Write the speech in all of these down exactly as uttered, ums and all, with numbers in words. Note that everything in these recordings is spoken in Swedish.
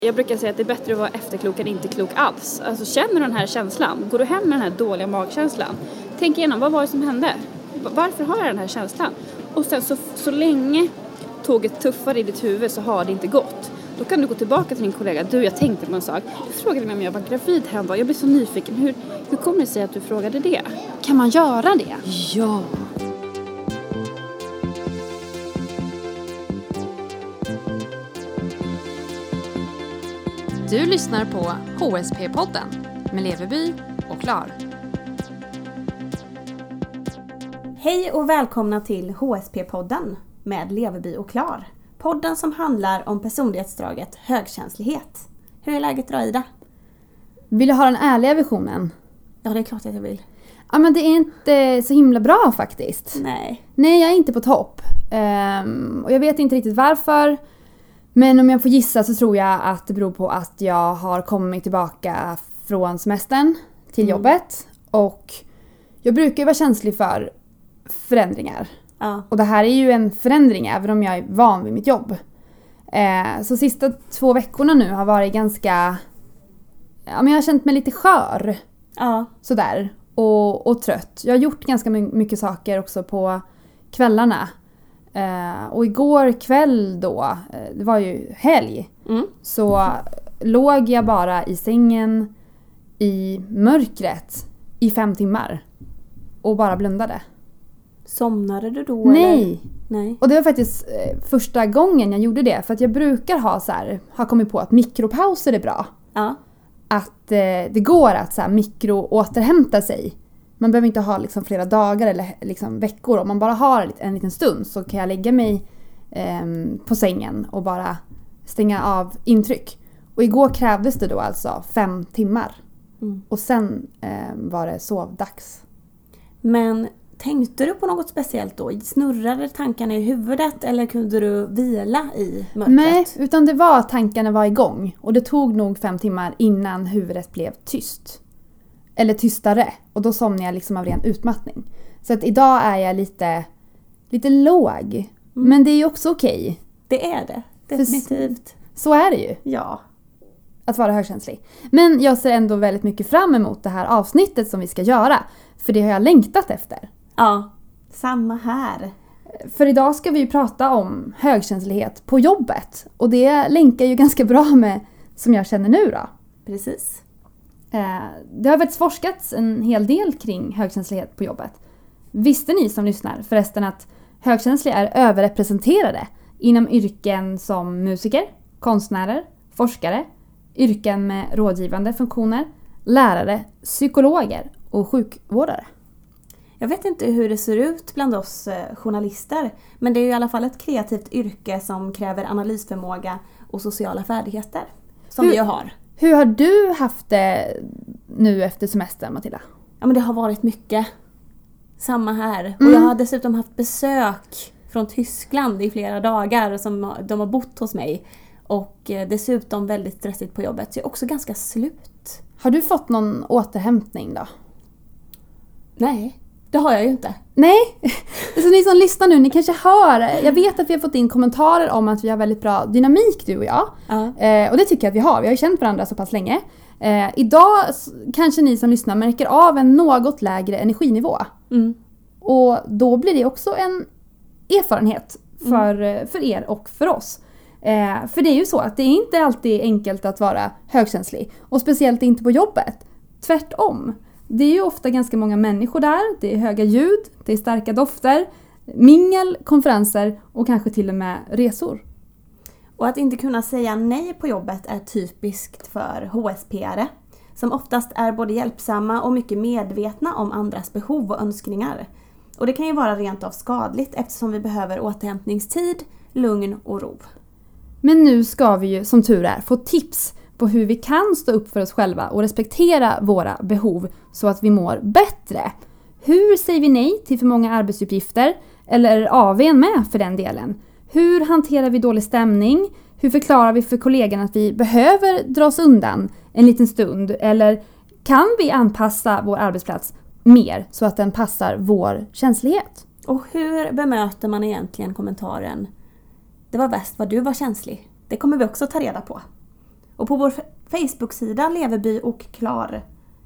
Jag brukar säga att det är bättre att vara efterklok än inte klok alls. Alltså känner du den här känslan? Går du hem med den här dåliga magkänslan? Tänk igenom, vad var det som hände? Varför har jag den här känslan? Och sen så, så länge tåget tuffar i ditt huvud så har det inte gått. Då kan du gå tillbaka till din kollega. Du, jag tänkte på en sak. Du frågade mig om jag var gravid häromdagen. Jag blev så nyfiken. Hur, hur kommer det sig att du frågade det? Kan man göra det? Ja. Du lyssnar på H S P-podden med Leverby och Klar. Hej och välkomna till H S P-podden med Leverby och Klar. Podden som handlar om personlighetsdraget högkänslighet. Hur är läget då, Ida? Vill du ha den ärliga versionen? Ja, det är klart att jag vill. Ja, men det är inte så himla bra faktiskt. Nej. Nej, jag är inte på topp. Um, och jag vet inte riktigt varför. Men om jag får gissa så tror jag att det beror på att jag har kommit tillbaka från semestern till mm. jobbet. Och jag brukar ju vara känslig för förändringar. Ja. Och det här är ju en förändring även om jag är van vid mitt jobb. Eh, så sista två veckorna nu har varit ganska... Ja, men jag har känt mig lite skör. Ja. Sådär. Och, och trött. Jag har gjort ganska mycket saker också på kvällarna. Uh, och igår kväll då, uh, det var ju helg, mm. så låg jag bara i sängen i mörkret i fem timmar och bara blundade. Somnade du då? Nej. Eller? Nej. Och det var faktiskt uh, första gången jag gjorde det, för att jag brukar ha så här, har kommit på att mikropauser är bra. Ja. Att uh, det går att så här, mikro-återhämta sig. Man behöver inte ha liksom flera dagar eller liksom veckor. Om man bara har en liten stund så kan jag lägga mig eh, på sängen och bara stänga av intryck. Och igår krävdes det då alltså fem timmar. Mm. Och sen eh, var det sovdags. Men tänkte du på något speciellt då? Snurrade tankarna i huvudet eller kunde du vila i mörkret? Nej, utan det var att tankarna var igång. Och det tog nog fem timmar innan huvudet blev tyst. Eller tystare. Och då somnade jag liksom av ren utmattning. Så att idag är jag lite, lite låg. Mm. Men det är ju också okej. Okay. Det är det. Definitivt. Så är det ju. Ja. Att vara högkänslig. Men jag ser ändå väldigt mycket fram emot det här avsnittet som vi ska göra. För det har jag längtat efter. Ja, samma här. För idag ska vi ju prata om högkänslighet på jobbet. Och det länkar ju ganska bra med som jag känner nu då. Precis. Det har faktiskt forskats en hel del kring högkänslighet på jobbet. Visste ni som lyssnar förresten att högkänsliga är överrepresenterade inom yrken som musiker, konstnärer, forskare, yrken med rådgivande funktioner, lärare, psykologer och sjukvårdare? Jag vet inte hur det ser ut bland oss journalister, men det är i alla fall ett kreativt yrke som kräver analysförmåga och sociala färdigheter som hur, vi har. Hur har du haft det nu efter semestern, Matilda? Ja, men det har varit mycket. Samma här. Mm. Och jag har dessutom haft besök från Tyskland i flera dagar som de har bott hos mig. Och dessutom väldigt stressigt på jobbet. Så jag är också ganska slut. Har du fått någon återhämtning då? Nej, det har jag ju inte. Nej, så ni som lyssnar nu, ni kanske hör. Jag vet att vi har fått in kommentarer om att vi har väldigt bra dynamik, du och jag. Uh. Eh, och det tycker jag att vi har. Vi har ju känt varandra så pass länge. Eh, idag kanske ni som lyssnar märker av en något lägre energinivå. Mm. Och då blir det också en erfarenhet för, mm. för er och för oss. Eh, för det är ju så att det är inte alltid enkelt att vara högkänslig. Och speciellt inte på jobbet. Tvärtom. Det är ju ofta ganska många människor där. Det är höga ljud, det är starka dofter, mingel, konferenser och kanske till och med resor. Och att inte kunna säga nej på jobbet är typiskt för H S P-are. Som oftast är både hjälpsamma och mycket medvetna om andras behov och önskningar. Och det kan ju vara rent av skadligt eftersom vi behöver återhämtningstid, lugn och ro. Men nu ska vi ju som tur är få tips på hur vi kan stå upp för oss själva och respektera våra behov så att vi mår bättre. Hur säger vi nej till för många arbetsuppgifter eller A V:n med för den delen? Hur hanterar vi dålig stämning? Hur förklarar vi för kollegan att vi behöver dra oss undan en liten stund? Eller kan vi anpassa vår arbetsplats mer så att den passar vår känslighet? Och hur bemöter man egentligen kommentaren? Det var bäst vad du var känslig. Det kommer vi också ta reda på. på vår Facebook-sida Leverby och Klar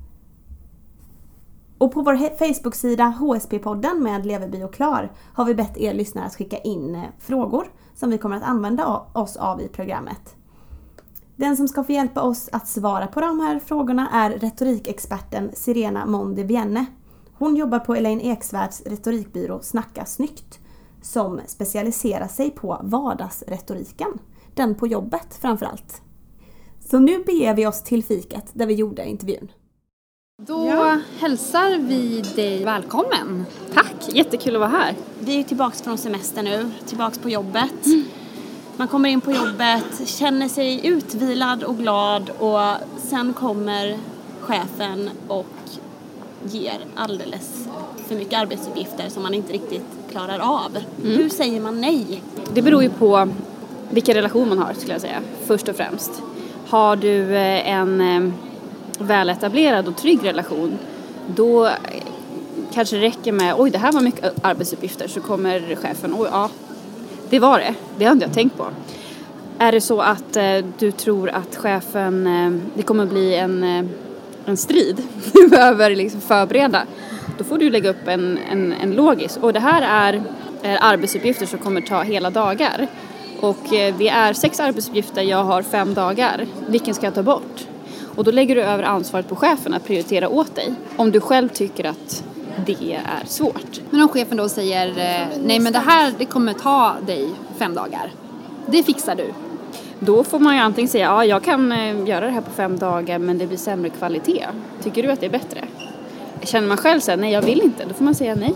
Och på vår Facebook-sida H S P-podden med Leverby och Klar har vi bett er lyssnare att skicka in frågor som vi kommer att använda oss av i programmet. Den som ska få hjälpa oss att svara på de här frågorna är retorikexperten Sirena Mondi Vienne. Hon jobbar på Elaine Eksvärds retorikbyrå Snacka snyggt som specialiserar sig på vardagsretoriken. Den på jobbet framförallt. Så nu beger vi oss till fiket där vi gjorde intervjun. Då Ja. hälsar vi dig välkommen. Tack, jättekul att vara här. Vi är ju tillbaka från semester nu, tillbaka på jobbet. Mm. Man kommer in på jobbet, känner sig utvilad och glad och sen kommer chefen och ger alldeles för mycket arbetsuppgifter som man inte riktigt klarar av. Mm. Hur säger man nej? Det beror ju på vilken relation man har, skulle jag säga, först och främst. Har du en väletablerad och trygg relation, då kanske det räcker med oj, det här var mycket arbetsuppgifter, så kommer chefen, oj, ja, det var det. Det har inte jag tänkt på. Är det så att eh, du tror att chefen, eh, det kommer bli en, eh, en strid, du behöver liksom förbereda, då får du lägga upp en, en, en logisk. Och det här är, är arbetsuppgifter som kommer ta hela dagar. Och eh, det är sex arbetsuppgifter, jag har fem dagar. Vilken ska jag ta bort? Och då lägger du över ansvaret på chefen att prioritera åt dig. Om du själv tycker att det är svårt. Men om chefen då säger nej, men det här det kommer ta dig fem dagar. Det fixar du. Då får man ju antingen säga ja, jag kan göra det här på fem dagar men det blir sämre kvalitet. Tycker du att det är bättre? Känner man själv så nej, jag vill inte, då får man säga nej.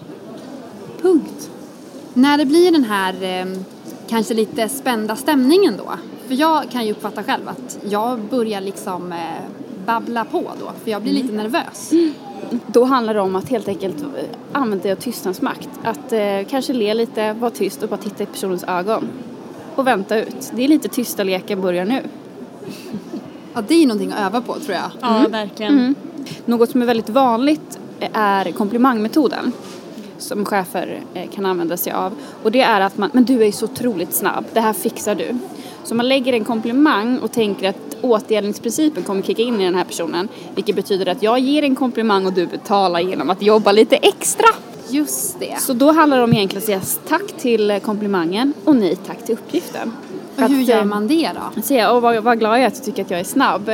Punkt. När det blir den här eh, kanske lite spända stämningen då. För jag kan ju uppfatta själv att jag börjar liksom eh, babbla på då. För jag blir mm. lite nervös. Mm. Då handlar det om att helt enkelt använda tystnadsmakt. Att eh, kanske le lite, vara tyst och bara titta i personens ögon. Och vänta ut. Det är lite tysta leken börjar nu. Ja, det är någonting att öva på, tror jag. Ja, mm. verkligen. Mm. Något som är väldigt vanligt är komplimangmetoden. Som chefer eh, kan använda sig av. Och det är att man, men du är så otroligt snabb. Det här fixar du. Så man lägger en komplimang och tänker att återgäldningsprincipen kommer kicka in i den här personen. Vilket betyder att jag ger en komplimang och du betalar genom att jobba lite extra. Just det. Så då handlar det om egentligen att säga tack till komplimangen och nej tack till uppgiften. Och hur gör man det då? Säga, åh vad, vad glad jag är att du tycker att jag är snabb.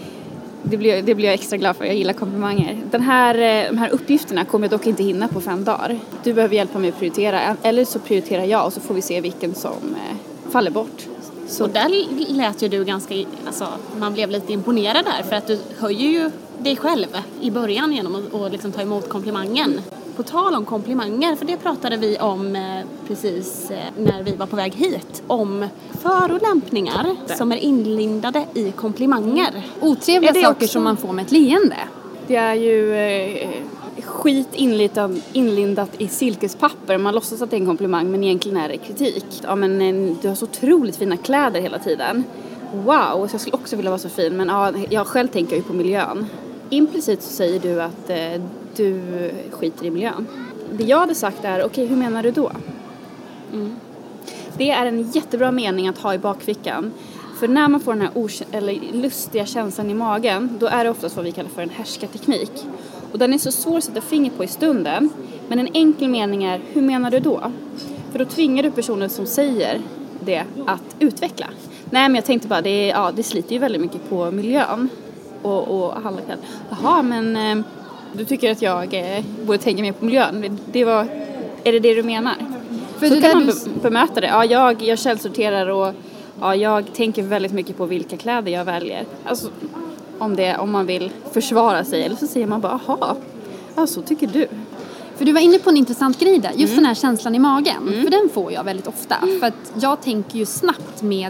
Det blir, det blir jag extra glad för, jag gillar komplimanger. Den här, de här uppgifterna kommer jag dock inte hinna på fem dagar. Du behöver hjälpa mig att prioritera, eller så prioriterar jag och så får vi se vilken som eh, faller bort. Så och där lät ju du ganska, alltså man blev lite imponerad där för att du höjer ju dig själv i början genom att och liksom ta emot komplimangen. På tal om komplimanger, för det pratade vi om eh, precis eh, när vi var på väg hit, om förolämpningar som är inlindade i komplimanger. Otrevliga saker också som man får med ett leende. Det är ju eh, skit inlindat, inlindat i silkespapper. Man låtsas att det är en komplimang men egentligen är det kritik. Ja, men eh, du har så otroligt fina kläder hela tiden. Wow, så jag skulle också vilja vara så fin, men ja, jag själv tänker ju på miljön. Implicit så säger du att eh, du skiter i miljön. Det jag hade sagt är, okej, okay, hur menar du då? Mm. Det är en jättebra mening att ha i bakfickan. För när man får den här ors- eller lustiga känslan i magen, då är det oftast vad vi kallar för en härskarteknik. Och den är så svår att sätta finger på i stunden. Men en enkel mening är, hur menar du då? För då tvingar du personen som säger det att utveckla. Nej, men jag tänkte bara, det, är, ja, det sliter ju väldigt mycket på miljön. Och, och alla kan. Jaha, men eh, du tycker att jag eh, borde tänka mer på miljön. Det var, är det det du menar? För så kan man be- bemöta det. Ja, jag, jag källsorterar och ja, jag tänker väldigt mycket på vilka kläder jag väljer. Alltså, om, det, om man vill försvara sig. Eller så säger man bara, aha, ja, så tycker du. För du var inne på en intressant grej där. Just mm. den här känslan i magen. Mm. För den får jag väldigt ofta. Mm. För att jag tänker ju snabbt med,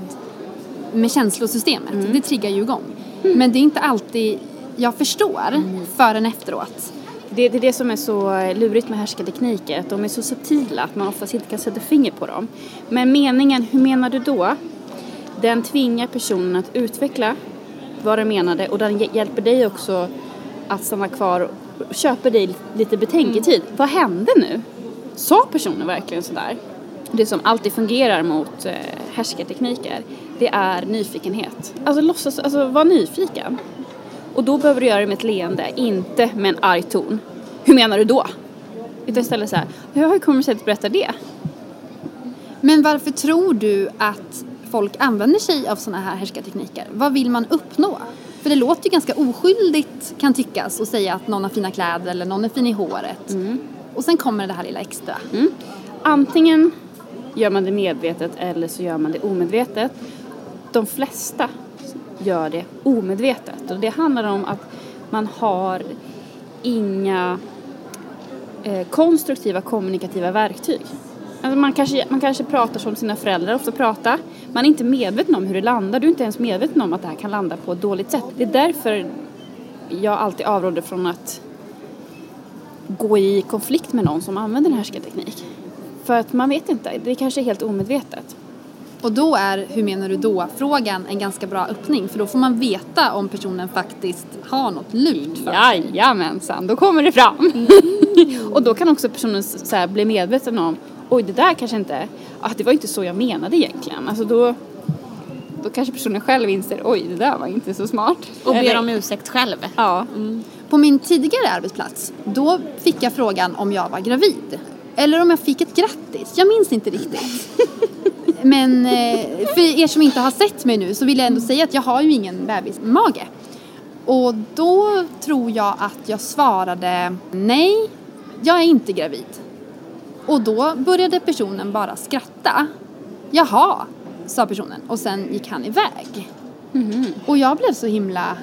med känslosystemet. Mm. Det triggar ju igång. Mm. Men det är inte alltid jag förstår mm. förrän efteråt. Det, det är det som är så lurigt med härskartekniker. Att de är så subtila att man oftast inte kan sätta finger på dem. Men meningen, hur menar du då? Den tvingar personen att utveckla vad den menade. Och den hjälper dig också att stanna kvar och köpa dig lite betänketid. Mm. Vad hände nu? Sa personen verkligen sådär? Det som alltid fungerar mot eh, härskartekniker det är nyfikenhet. Alltså låtsas, alltså var nyfiken. Och då behöver du göra det med ett leende, inte med en arg ton. Hur menar du då? Utan istället så här, hur kommer det sig att du berättar det? Men varför tror du att folk använder sig av såna här härskartekniker? Vad vill man uppnå? För det låter ju ganska oskyldigt, kan tyckas, att säga att någon har fina kläder eller någon är fin i håret. Mm. Och sen kommer det här lilla extra. Mm. Antingen gör man det medvetet eller så gör man det omedvetet. De flesta gör det omedvetet. Och det handlar om att man har inga eh, konstruktiva kommunikativa verktyg. Alltså man, kanske, man kanske pratar som sina föräldrar ofta pratar. Man är inte medveten om hur det landar. Du är inte ens medveten om att det här kan landa på ett dåligt sätt. Det är därför jag alltid avråder från att gå i konflikt med någon som använder en härskarteknik. För att man vet inte. Det kanske är helt omedvetet. Och då är, hur menar du då, frågan en ganska bra öppning. För då får man veta om personen faktiskt har något lurt för sig. Jajamensan, då kommer det fram. Mm. Och då kan också personen så här bli medveten om, oj det där kanske inte, ah, det var inte så jag menade egentligen. Alltså då, då kanske personen själv inser, oj det där var inte så smart. Och ber om ursäkt själv. Ja. Mm. På min tidigare arbetsplats, då fick jag frågan om jag var gravid. Eller om jag fick ett grattis. Jag minns inte riktigt. Men för er som inte har sett mig nu så vill jag ändå säga att jag har ju ingen bebismage. Och då tror jag att jag svarade nej, jag är inte gravid. Och då började personen bara skratta. Jaha, sa personen. Och sen gick han iväg. Mm. Och jag blev så himla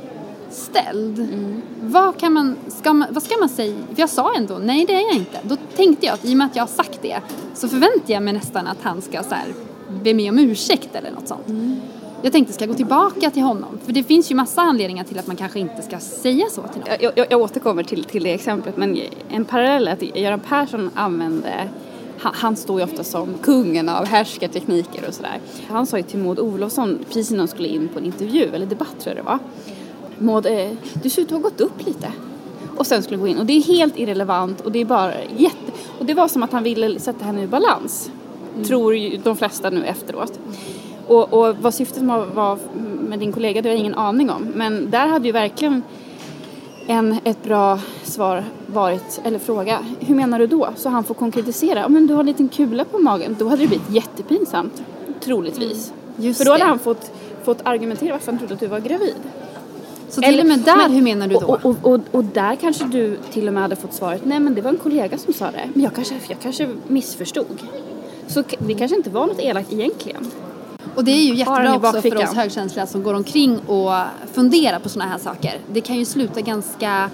ställd. Mm. Vad kan man, ska man, vad ska man säga? För jag sa ändå, nej det är jag inte. Då tänkte jag att i och med att jag har sagt det så förväntar jag mig nästan att han ska så här, be mig om ursäkt eller något sånt. Mm. Jag tänkte, ska jag gå tillbaka till honom? För det finns ju massa anledningar till att man kanske inte ska säga så till honom. Jag, jag, jag återkommer till, till det exemplet, men en parallell är att Göran Persson använde, han, han står ju ofta som kungen av härskartekniker och sådär. Han sa ju till Maud Olofsson, precis innan hon skulle in på en intervju eller debatt tror jag det var. Maud, eh, du ser ut att ha gått upp lite. Och sen skulle gå in. Och det är helt irrelevant och det är bara jätte... Och det var som att han ville sätta henne i balans. Mm. Tror ju de flesta nu efteråt. Och, och vad syftet var med din kollega, det har jag ingen aning om. Men där hade ju verkligen en, ett bra svar varit, eller fråga, hur menar du då? Så han får konkretisera. Ja, men du har en liten kula på magen. Då hade det blivit jättepinsamt, troligtvis. Just För då hade det. han fått, fått argumentera varför han trodde att du var gravid. Så till och med där, men, hur menar du då? Och, och, och, och där kanske du till och med hade fått svaret, nej men det var en kollega som sa det. Men jag kanske, jag kanske missförstod. Så det kanske inte var något elakt egentligen. Och det är ju jättebra också för oss högkänsliga som går omkring och funderar på såna här saker. Det kan ju sluta ganska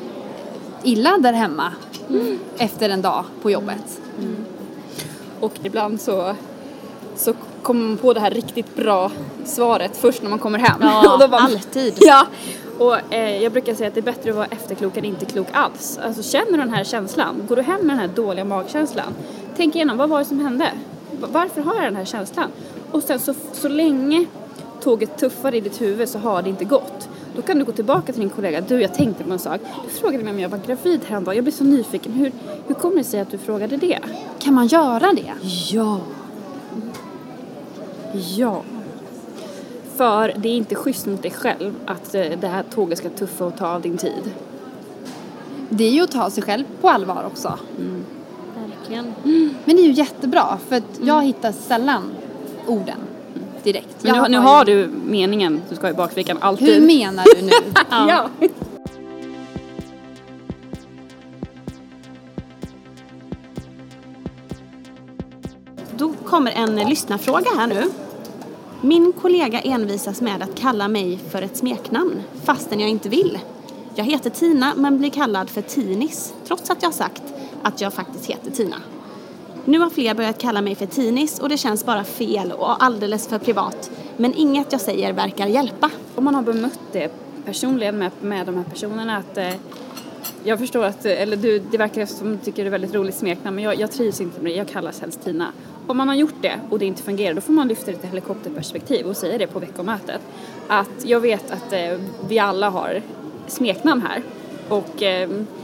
illa där hemma mm. efter en dag på jobbet. Mm. Och ibland så, så kommer man på det här riktigt bra svaret först när man kommer hem. Ja, och då bara, alltid. Ja, och eh, jag brukar säga att det är bättre att vara efterklok än inte klok alls. Alltså känner du den här känslan, går du hem med den här dåliga magkänslan, tänk igenom, vad var det som hände? Varför har jag den här känslan? Och sen så, så länge tåget tuffar i ditt huvud så har det inte gått. Då kan du gå tillbaka till din kollega. Du, jag tänkte på en sak. Du frågade mig om jag var gravid häromdagen. Jag blev så nyfiken. Hur, hur kommer det sig att du frågade det? Kan man göra det? Ja. Ja. För det är inte schysst mot dig själv att det här tåget ska tuffa och ta av din tid. Det är ju att ta sig själv på allvar också. Mm. Verkligen. Mm. Men det är ju jättebra. För att jag mm. hittar sällan orden direkt. Men nu, nu har du meningen du ska i bakfickan alltid. Hur menar du nu? Ja. Då kommer en lyssnarfråga här nu. Min kollega envisas med att kalla mig för ett smeknamn fastän jag inte vill. Jag heter Tina men blir kallad för Tinis trots att jag har sagt att jag faktiskt heter Tina. Nu har fler börjat kalla mig för Tinis och det känns bara fel och alldeles för privat. Men inget jag säger verkar hjälpa. Om man har bemött det personligen med, med de här personerna att eh, jag förstår att, eller du, det verkar som du tycker det är väldigt roligt smeknamn, men jag, jag trivs inte med det, jag kallas helst Tina. Om man har gjort det och det inte fungerar, då får man lyfta det till helikopterperspektiv och säga det på veckomötet. Att jag vet att eh, vi alla har smeknamn här och eh,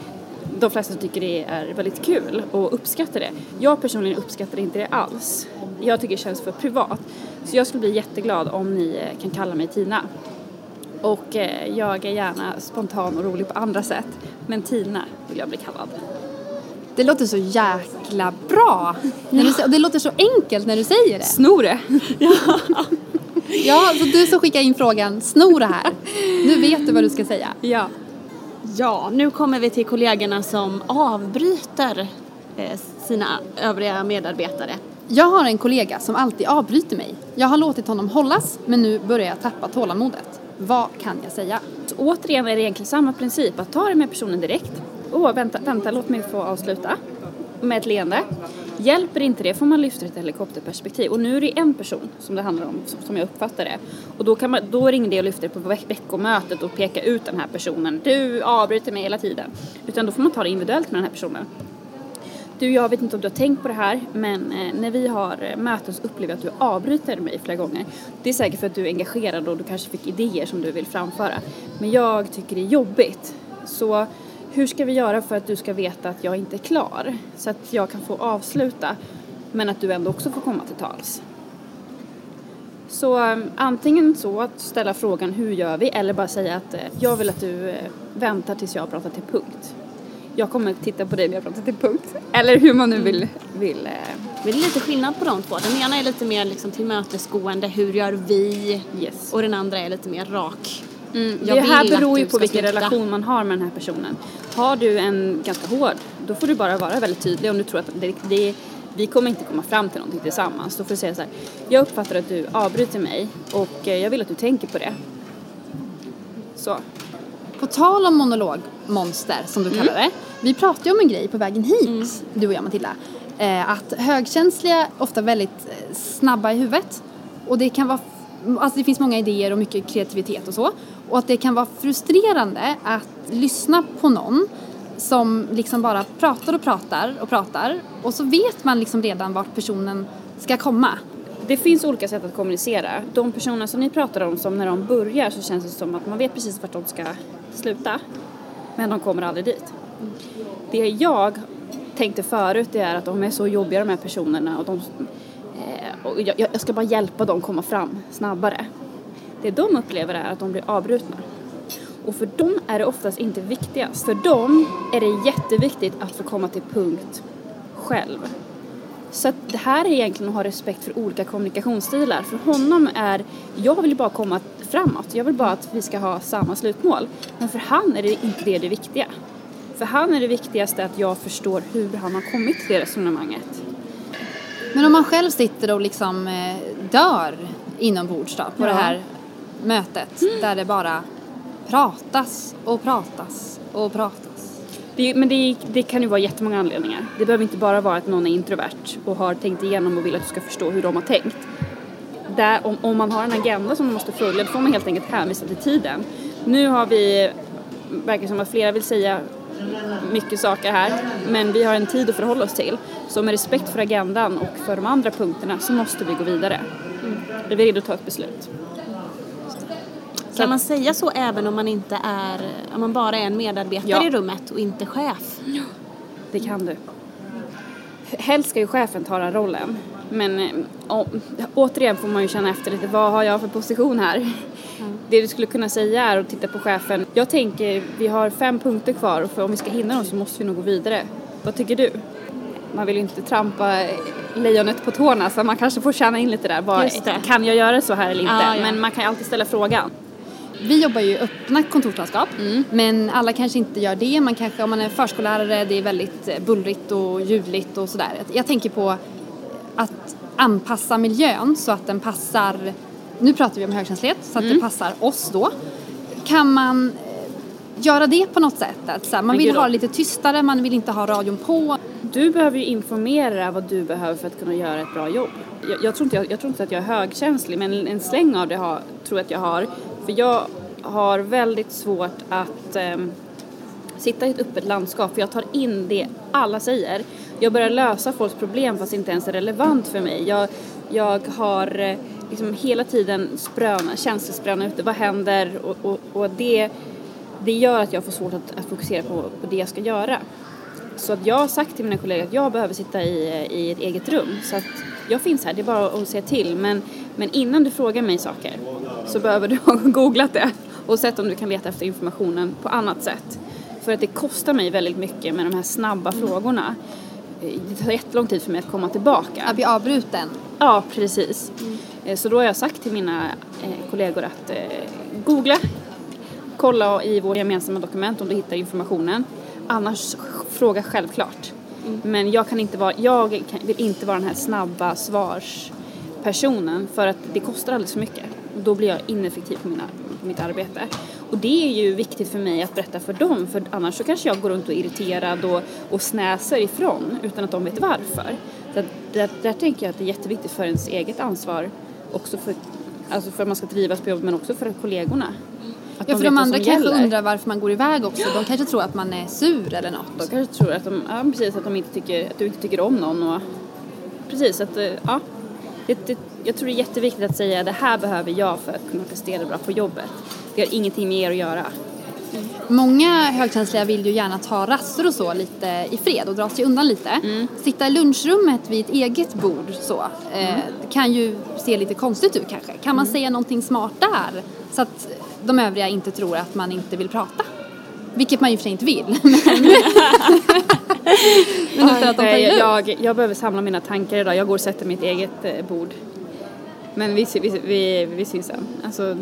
de flesta tycker det är väldigt kul och uppskattar det. Jag personligen uppskattar inte det alls. Jag tycker det känns för privat. Så jag skulle bli jätteglad om ni kan kalla mig Tina. Och eh, jag är gärna spontan och rolig på andra sätt. Men Tina vill jag bli kallad. Det låter så jäkla bra. När du, och det låter så enkelt när du säger det. Snor det. Ja. Ja, så du som skickar in frågan, snor det här. Nu vet du vad du ska säga. Ja. Ja, nu kommer vi till kollegorna som avbryter eh, sina övriga medarbetare. Jag har en kollega som alltid avbryter mig. Jag har låtit honom hållas, men nu börjar jag tappa tålamodet. Vad kan jag säga? Så återigen är det egentligen samma princip. Att ta det med personen direkt. Åh, vänta, vänta, låt mig få avsluta. Med ett leende. Hjälper inte det får man lyfta ett helikopterperspektiv. Och nu är det en person som det handlar om, som jag uppfattar det. Och då, kan man, då ringer det och lyfter på veckomötet och peka ut den här personen. Du avbryter mig hela tiden. Utan då får man ta det individuellt med den här personen. Du, jag vet inte om du har tänkt på det här, men eh, när vi har möten så upplever jag att du avbryter mig flera gånger. Det är säkert för att du är engagerad och du kanske fick idéer som du vill framföra. Men jag tycker det är jobbigt. Så hur ska vi göra för att du ska veta att jag inte är klar? Så att jag kan få avsluta, men att du ändå också får komma till tals. Så um, antingen så att ställa frågan hur gör vi, eller bara säga att eh, jag vill att du eh, väntar tills jag pratar till punkt. Jag kommer titta på dig när jag pratar till punkt. Eller hur man nu vill. vill eh. Men det är lite skillnad på de två. Den ena är lite mer liksom tillmötesgående, hur gör vi? Yes. Och den andra är lite mer rak. Mm, Jag det här vill beror att ju du på ska vilken sluta. relation man har med den här personen. Har du en ganska hård, då får du bara vara väldigt tydlig. Om du tror att det, det, vi kommer inte komma fram till någonting tillsammans. Då får du säga så här: jag uppfattar att du avbryter mig och jag vill att du tänker på det. Så. På tal om monologmonster, som du kallar det. Vi pratade ju om en grej på vägen hit, mm. du och jag, Matilda. Eh, att högkänsliga ofta väldigt eh, snabba i huvudet. Och det kan vara, alltså det finns många idéer och mycket kreativitet och så. Och att det kan vara frustrerande att lyssna på någon som liksom bara pratar och pratar och pratar. Och så vet man liksom redan vart personen ska komma. Det finns olika sätt att kommunicera. De personer som ni pratar om, som när de börjar så känns det som att man vet precis vart de ska sluta. Men de kommer aldrig dit. Det jag tänkte förut är att de är så jobbiga, de här personerna. Och, de, eh, och jag, jag ska bara hjälpa dem komma fram snabbare. Det de upplever är att de blir avbrutna. Och för dem är det oftast inte viktigast. För dem är det jätteviktigt att få komma till punkt själv. Så att det här är egentligen att ha respekt för olika kommunikationsstilar. För honom är, jag vill bara komma framåt. Jag vill bara att vi ska ha samma slutmål. Men för han är det inte det, det viktiga. För han är det viktigaste att jag förstår hur han har kommit till det resonemanget. Men om man själv sitter och liksom eh, dör inombords då, på ja. det här mötet. Mm. Där det bara pratas och pratas och pratas. Det, men det, det kan ju vara jättemånga anledningar. Det behöver inte bara vara att någon är introvert och har tänkt igenom och vill att du ska förstå hur de har tänkt. Där, om, om man har en agenda som man måste följa, då får man helt enkelt hänvisa till tiden. Nu har vi, verkar som att flera vill säga mycket saker här, men vi har en tid att förhålla oss till. Så med respekt för agendan och för de andra punkterna så måste vi gå vidare. Mm. Det är redo att ta ett beslut. Kan man säga så även om man inte är, om man bara är en medarbetare ja. i rummet och inte chef? Ja, det kan du. Helst ska ju chefen ta den rollen. Men å, återigen får man ju känna efter lite, vad har jag för position här? Mm. Det du skulle kunna säga är att titta på chefen. Jag tänker, vi har fem punkter kvar och för om vi ska hinna dem så måste vi nog gå vidare. Vad tycker du? Man vill ju inte trampa lejonet på tårna, så man kanske får känna in lite där. Vad, kan jag göra så här eller inte? Ah, ja. Men man kan ju alltid ställa frågan. Vi jobbar ju i öppna kontorslandskap, mm. men alla kanske inte gör det. Man kanske, om man är förskollärare, det är väldigt bullrigt och ljudligt och sådär. Jag tänker på att anpassa miljön så att den passar, nu pratar vi om högkänslighet, så att mm. det passar oss då. Kan man göra det på något sätt? Att så här, man vill ha lite tystare, man vill inte ha radion på. Du behöver ju informera vad du behöver för att kunna göra ett bra jobb. Jag, jag, tror, inte, jag, jag tror inte att jag är högkänslig, men en släng av det har, tror jag att jag har. För jag har väldigt svårt att eh, sitta i ett öppet landskap. För jag tar in det alla säger. Jag börjar lösa folks problem fast det inte ens är relevant för mig. Jag, jag har eh, liksom hela tiden spröna, känslospröna ute. Vad händer? Och, och, och det, det gör att jag får svårt att, att fokusera på, på det jag ska göra. Så att jag har sagt till mina kollegor att jag behöver sitta i, i ett eget rum. Så att jag finns här, det är bara att säga till. Men, men innan du frågar mig saker så behöver du ha googlat det. Och sett om du kan leta efter informationen på annat sätt. För att det kostar mig väldigt mycket med de här snabba mm. frågorna. Det tar jättelång tid för mig att komma tillbaka. Att bli avbruten? Ja, precis. Mm. Så då har jag sagt till mina eh, kollegor att eh, googla. Kolla i våra gemensamma dokument om du hittar informationen. Annars fråga självklart. Mm. Men jag kan inte vara, jag kan, vill inte vara den här snabba svarspersonen. För att det kostar alldeles för mycket. Och då blir jag ineffektiv på, mina, på mitt arbete. Och det är ju viktigt för mig att berätta för dem. För annars så kanske jag går runt och är irriterad och, och snäser ifrån. Utan att de vet varför. Så att där, där tänker jag att det är jätteviktigt för ens eget ansvar. Också för, alltså för att man ska trivas på jobbet men också för kollegorna. Att ja, de för de andra kanske gäller. undrar varför man går iväg också. De kanske tror att man är sur eller något. De kanske tror att, de, ja, precis, att, de inte tycker, att du inte tycker om någon. Och, precis, att ja, det, det, jag tror det är jätteviktigt att säga det här behöver jag för att kunna prestera bra på jobbet. Det har ingenting med er att göra. Mm. Många högkänsliga vill ju gärna ta raster och så lite i fred och dra sig undan lite. Mm. Sitta i lunchrummet vid ett eget bord så eh, mm. kan ju se lite konstigt ut kanske. Kan man mm. säga någonting smart där så att de övriga inte tror att man inte vill prata? Vilket man ju för sig inte vill. Men, men utan att de tar jag, jag behöver samla mina tankar idag. Jag går och sätter mitt eget eh, bord. Men vi, vi, vi, vi syns sen. Alltså,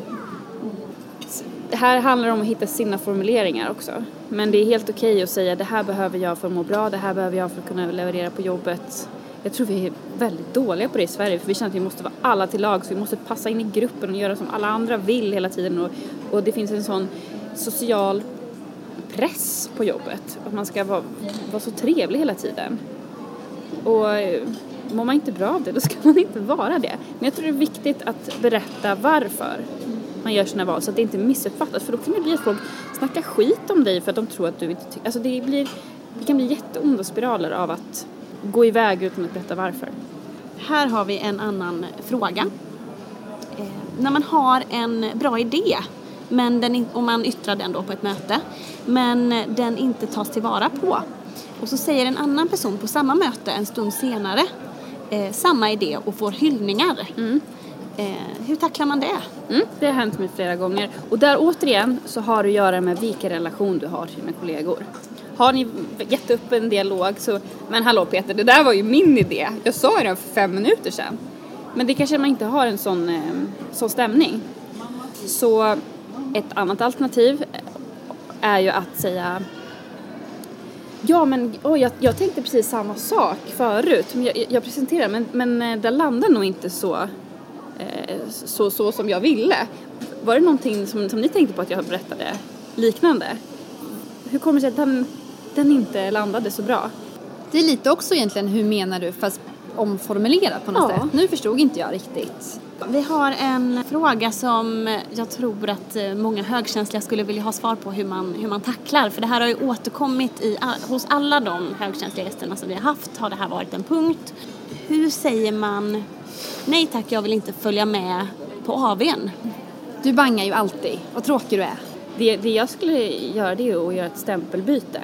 det här handlar om att hitta sina formuleringar också. Men det är helt okej att säga det här behöver jag för att må bra. Det här behöver jag för att kunna leverera på jobbet. Jag tror vi är väldigt dåliga på det i Sverige. För vi känner att vi måste vara alla till lag. Så vi måste passa in i gruppen och göra som alla andra vill hela tiden. Och, och det finns en sån social press på jobbet. Att man ska vara, vara så trevlig hela tiden. Och mår man inte bra av det, då ska man inte vara det. Men jag tror det är viktigt att berätta varför man gör sina val så att det inte missuppfattas. För då kan det bli att folk snackar skit om dig för att de tror att du inte tycker... Alltså det, blir, det kan bli jätteonda spiraler av att gå iväg utan att berätta varför. Här har vi en annan fråga. Eh, när man har en bra idé men den, och man yttrar den då på ett möte men den inte tas tillvara på och så säger en annan person på samma möte en stund senare eh, samma idé och får hyllningar. Mm. Eh, hur tacklar man det? Mm, det har hänt mig flera gånger. Och där återigen så har det att göra med vilken relation du har till dina kollegor. Har ni gett upp en dialog så, men hallå Peter, det där var ju min idé. Jag sa ju det för fem minuter sedan. Men det kanske man inte har en sån, eh, sån stämning. Så ett annat alternativ är ju att säga ja men oh, jag, jag tänkte precis samma sak förut. Men jag, jag presenterar men, men det landar nog inte så, eh, så, så som jag ville. Var det någonting som, som ni tänkte på att jag berättade liknande? Hur kommer det sig att den, den inte landade så bra? Det är lite också egentligen hur menar du fast omformulerat på något ja. sätt. Nu förstod inte jag riktigt. Vi har en fråga som jag tror att många högkänsliga skulle vilja ha svar på hur man, hur man tacklar. För det här har ju återkommit i, hos alla de högkänsliga gästerna som vi har haft. Har det här varit en punkt? Hur säger man nej tack, jag vill inte följa med på A V:n? Du bangar ju alltid. Vad tråkig du är. Det, det jag skulle göra det är att göra ett stämpelbyte.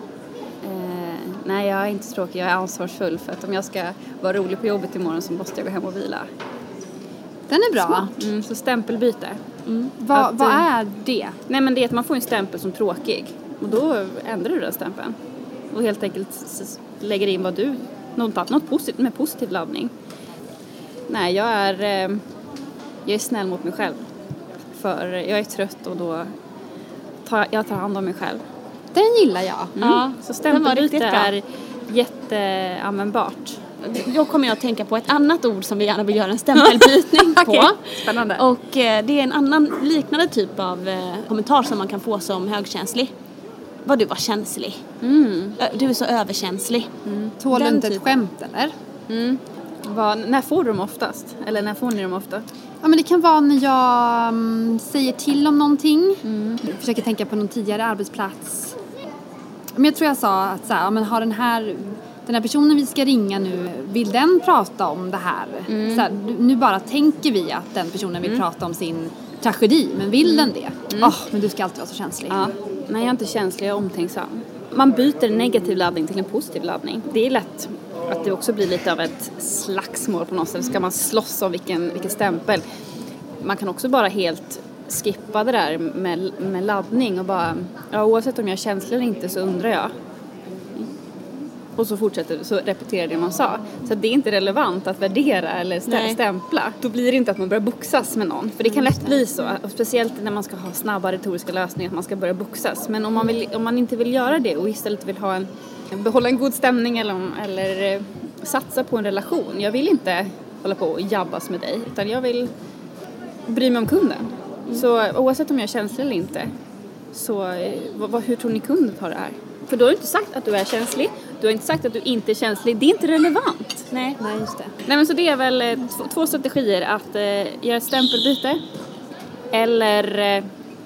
Eh, nej, jag är inte tråkig. Jag är ansvarsfull. För att om jag ska vara rolig på jobbet imorgon så måste jag gå hem och vila. Den är bra. Mm, så stämpelbyte. Mm. Va, att, vad är det? Nej men det är att man får en stämpel som tråkig. Och då ändrar du den stämpeln. Och helt enkelt lägger in vad du... Något, något positivt, med positiv laddning. Nej, jag är... Eh, jag är snäll mot mig själv. För jag är trött och då... Tar, jag tar hand om mig själv. Den gillar jag. Mm. Ja, så stämpelbyte är jätteanvändbart. Då kommer jag att tänka på ett annat ord som vi gärna vill göra en stämpelbytning på. Okay. Spännande. Och eh, det är en annan liknande typ av eh, kommentar som man kan få som högkänslig. Vad du var känslig. Mm. Du är så överkänslig. Mm. Tål du inte ett skämt eller? Mm. Vad, när får du dem oftast? Eller när får ni dem ofta? Ja men det kan vara när jag um, säger till om någonting. Mm. Jag försöker tänka på någon tidigare arbetsplats. Men jag tror jag sa att så här, ja, men har den här... Den här personen vi ska ringa nu, vill den prata om det här? Mm. Så här, nu bara tänker vi att den personen vill mm. prata om sin tragedi, men vill mm. den det? Mm. Oh, men du ska alltid vara så känslig. Ja. Nej, jag är inte känslig, jag är omtänksam. man byter negativ laddning till en positiv laddning. Det är lätt att det också blir lite av ett slagsmål på något sätt. Ska man slåss om vilken, vilken stämpel. Man kan också bara helt skippa det där med, med laddning och bara, ja, oavsett om jag är känslig eller inte så undrar jag. Och så fortsätter så repeterar det man sa. Så det är inte relevant att värdera eller stä- stämpla. Då blir det inte att man börjar boxas med någon. För det kan lätt bli så. Och speciellt när man ska ha snabba retoriska lösningar. Att man ska börja boxas. Men om man, vill, om man inte vill göra det och istället vill ha en, behålla en god stämning. Eller, eller eh, satsa på en relation. Jag vill inte hålla på och jabbas med dig. Utan jag vill bry mig om kunden. Mm. Så oavsett om jag är känslig eller inte. Så eh, vad, hur tror ni kunden tar det här? För då har du inte sagt att du är känslig. Du har inte sagt att du inte är känslig. Det är inte relevant. Nej, Nej just det. Nej, men så det är väl eh, två, två strategier. Att eh, göra stämpelbyte. Eller eh,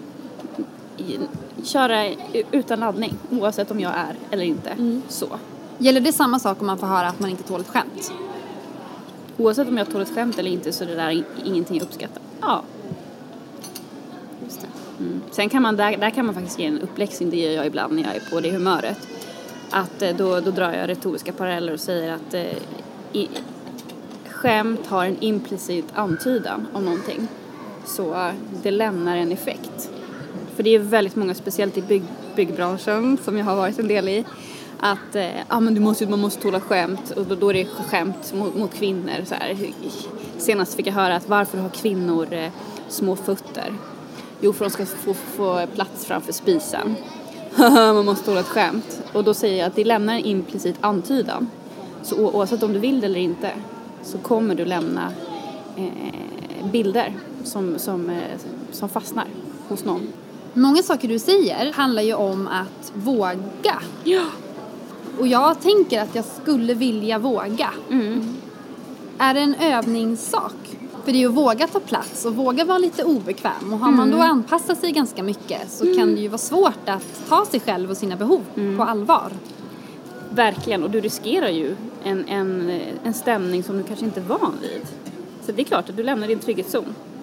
köra utan laddning. Oavsett om jag är eller inte. Mm. Så. Gäller det samma sak om man får höra att man inte tål ett skämt? Oavsett om jag tål ett skämt eller inte så är det där ingenting jag uppskattar. Ja. Just det. Mm. Sen kan man, där, där kan man faktiskt ge en uppläxning. Det gör jag ibland när jag är på det humöret. Att eh, då, då drar jag retoriska paralleller och säger att eh, i, skämt har en implicit antydan om någonting. Så eh, det lämnar en effekt. För det är väldigt många, speciellt i bygg, byggbranschen som jag har varit en del i. Att eh, ah, men du måste, man måste tåla skämt. Och då, då är det skämt mot, mot kvinnor. Så här. Senast fick jag höra att varför har kvinnor eh, små fötter? Jo, för att de ska få, få plats framför spisen. Man måste tåla ett skämt. Och då säger jag att det lämnar en implicit antydan. Så oavsett om du vill det eller inte så kommer du lämna eh, bilder som, som, eh, som fastnar hos någon. Många saker du säger handlar ju om att våga. Ja. Och jag tänker att jag skulle vilja våga. Mm. Är det en övningssak? För det är ju att våga ta plats och våga vara lite obekväm. Och har man då anpassat sig ganska mycket så mm. kan det ju vara svårt att ta sig själv och sina behov mm. på allvar. Verkligen, och du riskerar ju en, en, en stämning som du kanske inte är van vid. Så det är klart att du lämnar din trygghetszon.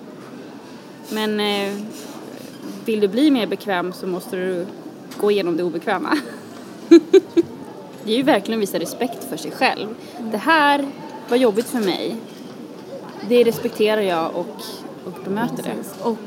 Men eh, vill du bli mer bekväm så måste du gå igenom det obekväma. Det är ju verkligen att visa respekt för sig själv. Det här var jobbigt för mig. Det respekterar jag och, och bemöter det. Och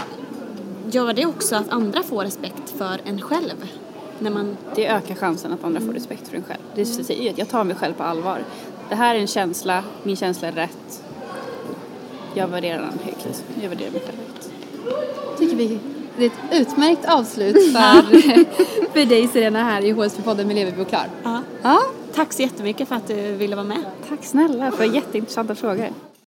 gör det också att andra får respekt för en själv? När man... Det ökar chansen att andra får respekt för en själv. Det säger ju att jag tar mig själv på allvar. Det här är en känsla, min känsla är rätt. Jag värderar den högt. Jag värderar mig själv högt. Tycker vi det är ett utmärkt avslut för, för dig Serena här i H S P-podden med Lever och klar. Ja. Ja. Tack så jättemycket för att du ville vara med. Tack snälla för jätteintressanta frågor.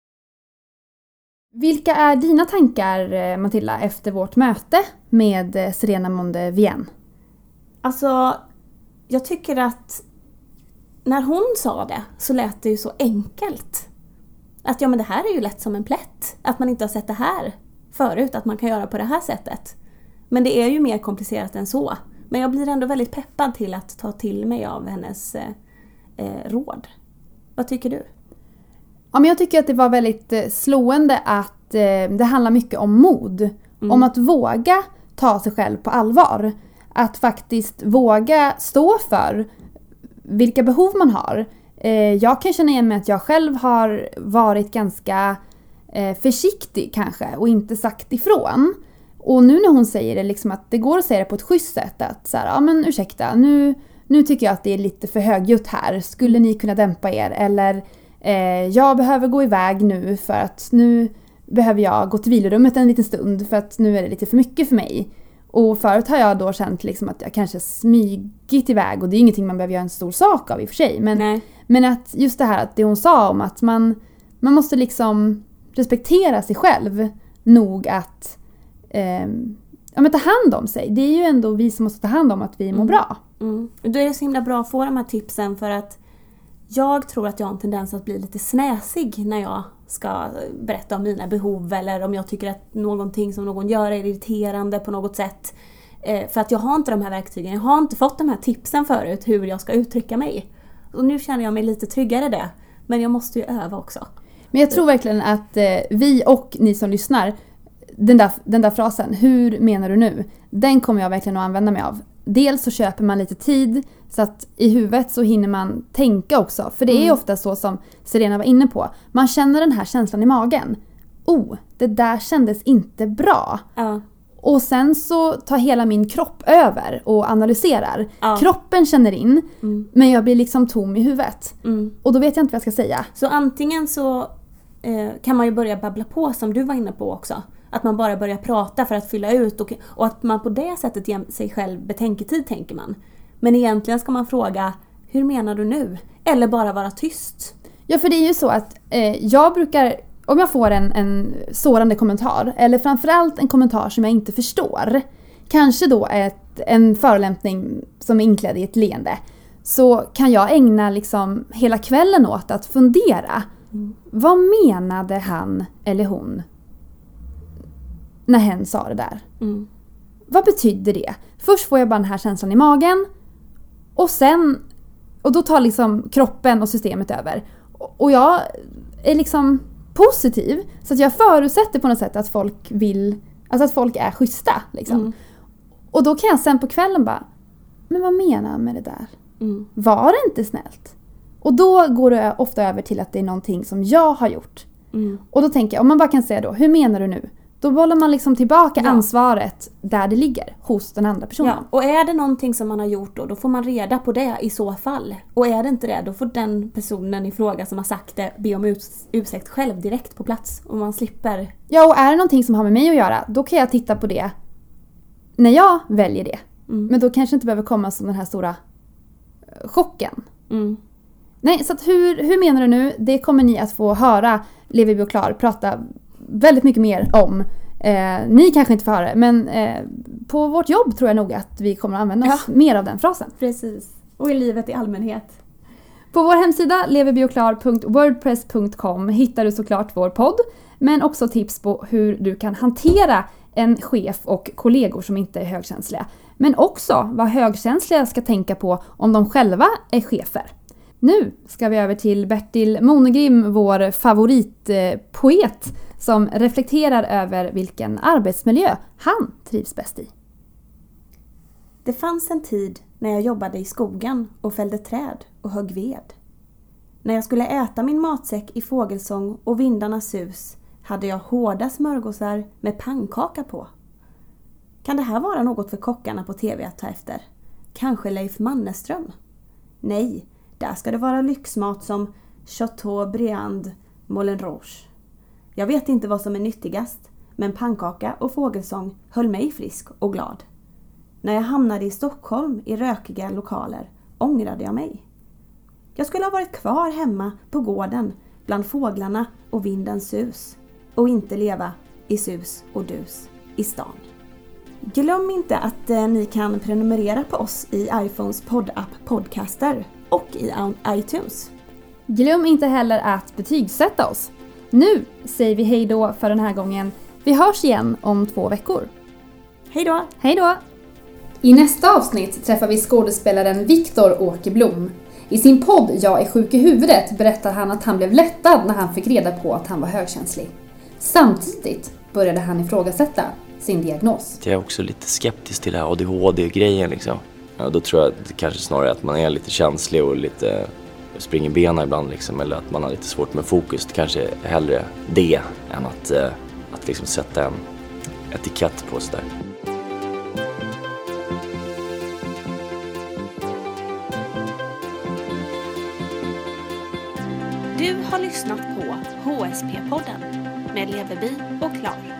Vilka är dina tankar, Matilda, efter vårt möte med Serena Monde Vienne? Alltså, jag tycker att när hon sa det så lät det ju så enkelt. Att ja, men det här är ju lätt som en plätt. Att man inte har sett det här förut, att man kan göra på det här sättet. Men det är ju mer komplicerat än så. Men jag blir ändå väldigt peppad till att ta till mig av hennes eh, råd. Vad tycker du? Ja, men jag tycker att det var väldigt slående att eh, det handlar mycket om mod. Mm. Om att våga ta sig själv på allvar. Att faktiskt våga stå för vilka behov man har. Eh, jag kan känna igen mig att jag själv har varit ganska eh, försiktig kanske och inte sagt ifrån. Och nu när hon säger det liksom att det går att säga det på ett schysst sätt. Att så här, ja men ursäkta, nu, nu tycker jag att det är lite för högljutt här. Skulle ni kunna dämpa er? Eller... Jag behöver gå iväg nu för att nu behöver jag gå till vilorummet en liten stund för att nu är det lite för mycket för mig. Och förut har jag då känt liksom att jag kanske smygit iväg och det är ingenting man behöver göra en stor sak av i och för sig. Men, men att just det här att det hon sa om att man, man måste liksom respektera sig själv nog att eh, ja, men ta hand om sig. Det är ju ändå vi som måste ta hand om att vi mår mm. bra. Mm. Då är det så himla bra att få de här tipsen för att jag tror att jag har en tendens att bli lite snäsig när jag ska berätta om mina behov eller om jag tycker att någonting som någon gör är irriterande på något sätt. Eh, för att jag har inte de här verktygen, jag har inte fått de här tipsen förut hur jag ska uttrycka mig. Och nu känner jag mig lite tryggare det, men jag måste ju öva också. Men jag tror verkligen att eh, vi och ni som lyssnar den där, den där frasen, hur menar du nu? Den kommer jag verkligen att använda mig av. Dels så köper man lite tid så att i huvudet så hinner man tänka också. För det är Mm. ofta så som Serena var inne på. Man känner den här känslan i magen. Oh, det där kändes inte bra. Ja. Och sen så tar hela min kropp över och analyserar. Ja. Kroppen känner in, Mm. men jag blir liksom tom i huvudet. Mm. Och då vet jag inte vad jag ska säga. Så antingen så eh, kan man ju börja babbla på som du var inne på också. Att man bara börjar prata för att fylla ut och, och att man på det sättet ger sig själv betänketid, tänker man. Men egentligen ska man fråga, hur menar du nu? Eller bara vara tyst. Ja, för det är ju så att eh, jag brukar, om jag får en, en sårande kommentar, eller framförallt en kommentar som jag inte förstår, kanske då ett, en förolämpning som är inklädd i ett leende, så kan jag ägna liksom hela kvällen åt att fundera. Mm. Vad menade han eller hon när hen sa det där? Mm. Vad betyder det? Först får jag bara den här känslan i magen, och sen, och då tar liksom kroppen och systemet över. Och jag är liksom positiv, så att jag förutsätter på något sätt att folk vill, alltså att folk är schyssta liksom. Mm. Och då kan jag sen på kvällen bara, men vad menar jag med det där? Mm. Var det inte snällt? Och då går det ofta över till att det är någonting som jag har gjort. Mm. Och då tänker jag, om man bara kan säga då, hur menar du nu? Då bollar man liksom tillbaka Ja. ansvaret där det ligger, hos den andra personen. Ja, och är det någonting som man har gjort då, då får man reda på det i så fall. Och är det inte det, då får den personen i fråga som har sagt det be om urs- ursäkt själv direkt på plats. Och man slipper... Ja, och är det någonting som har med mig att göra, då kan jag titta på det när jag väljer det. Mm. Men då kanske det inte behöver komma som den här stora eh, chocken. Mm. Nej, så att hur, hur menar du nu? Det kommer ni att få höra Levi och Klar prata väldigt mycket mer om. Eh, ni kanske inte får höra det, men eh, på vårt jobb tror jag nog att vi kommer att använda oss mer av den frasen. Precis. Och i livet i allmänhet. På vår hemsida levibioklar punkt wordpress punkt com hittar du såklart vår podd, men också tips på hur du kan hantera en chef och kollegor som inte är högkänsliga. Men också vad högkänsliga ska tänka på om de själva är chefer. Nu ska vi över till Bertil Monegrim, vår favoritpoet, som reflekterar över vilken arbetsmiljö han trivs bäst i. Det fanns en tid när jag jobbade i skogen och fällde träd och högg ved. När jag skulle äta min matsäck i fågelsång och vindarnas sus hade jag hårda smörgåsar med pannkaka på. Kan det här vara något för kockarna på tv att ta efter? Kanske Leif Mannerström? Nej, där ska det vara lyxmat som Chateaubriand Moulin Rouge. Jag vet inte vad som är nyttigast, men pannkaka och fågelsång höll mig frisk och glad. När jag hamnade i Stockholm i rökiga lokaler ångrade jag mig. Jag skulle ha varit kvar hemma på gården bland fåglarna och vindens sus och inte leva i sus och dus i stan. Glöm inte att eh, ni kan prenumerera på oss i iPhones poddapp Podcaster och i iTunes. Glöm inte heller att betygsätta oss. Nu säger vi hej då för den här gången. Vi hörs igen om två veckor. Hej då! Hej då! I nästa avsnitt träffar vi skådespelaren Viktor Åkerblom. I sin podd Jag är sjuk i huvudet berättar han att han blev lättad när han fick reda på att han var högkänslig. Samtidigt började han ifrågasätta sin diagnos. Jag är också lite skeptisk till det här A D H D-grejen liksom. Ja, då tror jag att det kanske snarare är att man är lite känslig och lite springer bena ibland liksom, eller att man har lite svårt med fokus. Det kanske är hellre det än att, eh, att liksom sätta en etikett på sig där. Du har lyssnat på H S P-podden med Leverby och Klar.